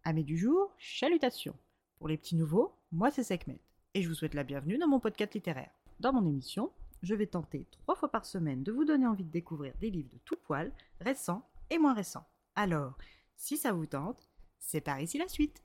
Amis du jour, chalutations. Pour les petits nouveaux, moi c'est Sekhmet, et je vous souhaite la bienvenue dans mon podcast littéraire. Dans mon émission, je vais tenter 3 fois par semaine de vous donner envie de découvrir des livres de tout poil, récents et moins récents. Alors, si ça vous tente, c'est par ici la suite.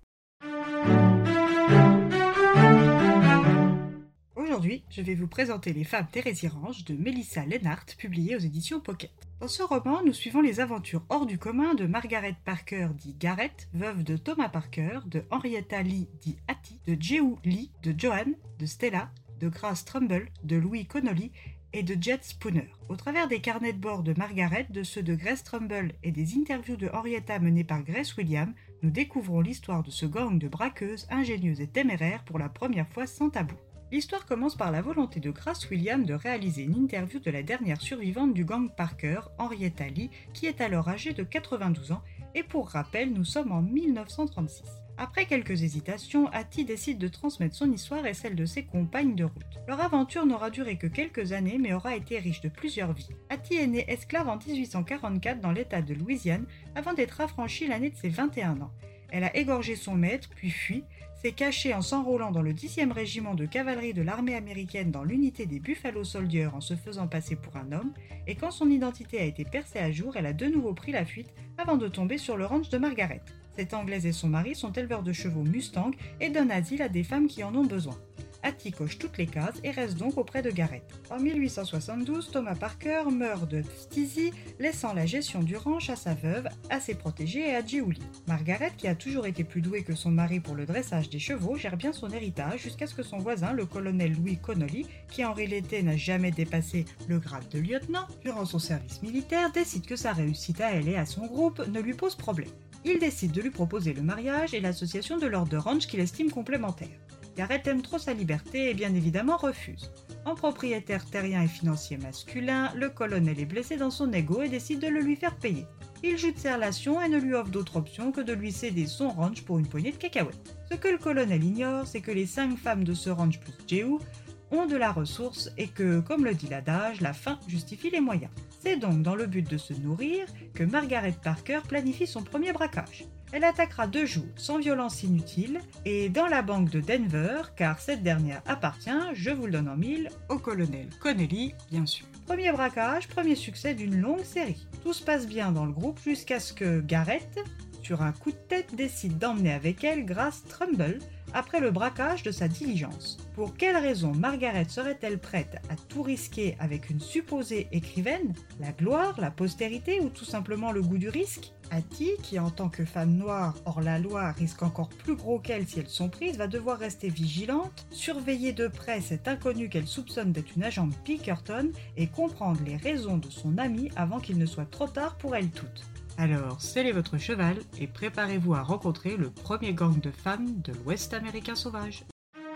Aujourd'hui, je vais vous présenter Les femmes dérésiranges de Melissa Lennart, publié aux éditions Pocket. Dans ce roman, nous suivons les aventures hors du commun de Margaret Parker, dit Garrett, veuve de Thomas Parker, de Henrietta Lee, dit Hattie, de Jehu Lee, de Joanne, de Stella, de Grace Trumbull, de Louis Connolly et de Jet Spooner. Au travers des carnets de bord de Margaret, de ceux de Grace Trumbull et des interviews de Henrietta menées par Grace Williams, nous découvrons l'histoire de ce gang de braqueuses ingénieuses et téméraires pour la première fois sans tabou. L'histoire commence par la volonté de Grace Williams de réaliser une interview de la dernière survivante du gang Parker, Henrietta Lee, qui est alors âgée de 92 ans, et pour rappel, nous sommes en 1936. Après quelques hésitations, Hattie décide de transmettre son histoire et celle de ses compagnes de route. Leur aventure n'aura duré que quelques années, mais aura été riche de plusieurs vies. Hattie est née esclave en 1844 dans l'état de Louisiane, avant d'être affranchie l'année de ses 21 ans. Elle a égorgé son maître, puis fui, s'est cachée en s'enrôlant dans le 10e régiment de cavalerie de l'armée américaine dans l'unité des Buffalo Soldiers en se faisant passer pour un homme, et quand son identité a été percée à jour, elle a de nouveau pris la fuite avant de tomber sur le ranch de Margaret. Cette Anglaise et son mari sont éleveurs de chevaux Mustang et donnent asile à des femmes qui en ont besoin. Hattie coche toutes les cases et reste donc auprès de Garrett. En 1872, Thomas Parker meurt de phtisie, laissant la gestion du ranch à sa veuve, à ses protégés et à Jehu Lee. Margaret, qui a toujours été plus douée que son mari pour le dressage des chevaux, gère bien son héritage jusqu'à ce que son voisin, le colonel Louis Connolly, qui en réalité n'a jamais dépassé le grade de lieutenant durant son service militaire, décide que sa réussite à elle et à son groupe ne lui pose problème. Il décide de lui proposer le mariage et l'association de lords de ranch qu'il estime complémentaire. Garrett aime trop sa liberté et bien évidemment refuse. En propriétaire terrien et financier masculin, le colonel est blessé dans son ego et décide de le lui faire payer. Il joue de ses relations et ne lui offre d'autre option que de lui céder son ranch pour une poignée de cacahuètes. Ce que le colonel ignore, c'est que les 5 femmes de ce ranch plus Jehu ont de la ressource et que, comme le dit l'adage, la fin justifie les moyens. C'est donc dans le but de se nourrir que Margaret Parker planifie son premier braquage. Elle attaquera 2 jours sans violence inutile et dans la banque de Denver, car cette dernière appartient, je vous le donne en mille, au colonel Connolly, bien sûr. Premier braquage, premier succès d'une longue série. Tout se passe bien dans le groupe jusqu'à ce que Garrett, sur un coup de tête, décide d'emmener avec elle Grace Trumbull après le braquage de sa diligence. Pour quelle raison Margaret serait-elle prête à tout risquer avec une supposée écrivaine? La gloire, la postérité ou tout simplement le goût du risque? Hattie, qui en tant que femme noire hors la loi risque encore plus gros qu'elle si elles sont prises, va devoir rester vigilante, surveiller de près cet inconnu qu'elle soupçonne d'être une agente Pinkerton et comprendre les raisons de son amie avant qu'il ne soit trop tard pour elles toutes. Alors, scellez votre cheval et préparez-vous à rencontrer le premier gang de femmes de l'Ouest américain sauvage.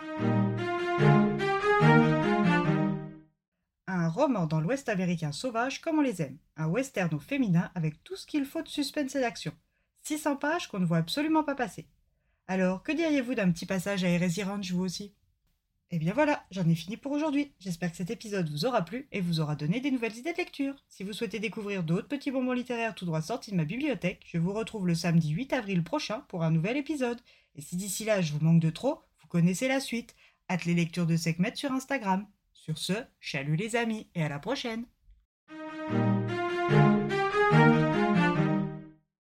Un roman dans l'Ouest américain sauvage comme on les aime. Un western au féminin avec tout ce qu'il faut de suspense et d'action. 600 pages qu'on ne voit absolument pas passer. Alors, que diriez-vous d'un petit passage à Hérésie Ranch vous aussi ? Et bien voilà, j'en ai fini pour aujourd'hui. J'espère que cet épisode vous aura plu et vous aura donné des nouvelles idées de lecture. Si vous souhaitez découvrir d'autres petits bonbons littéraires tout droit sortis de ma bibliothèque, je vous retrouve le samedi 8 avril prochain pour un nouvel épisode. Et si d'ici là je vous manque de trop, vous connaissez la suite. Hâte les lectures de Sekhmet sur Instagram. Sur ce, chalut les amis et à la prochaine.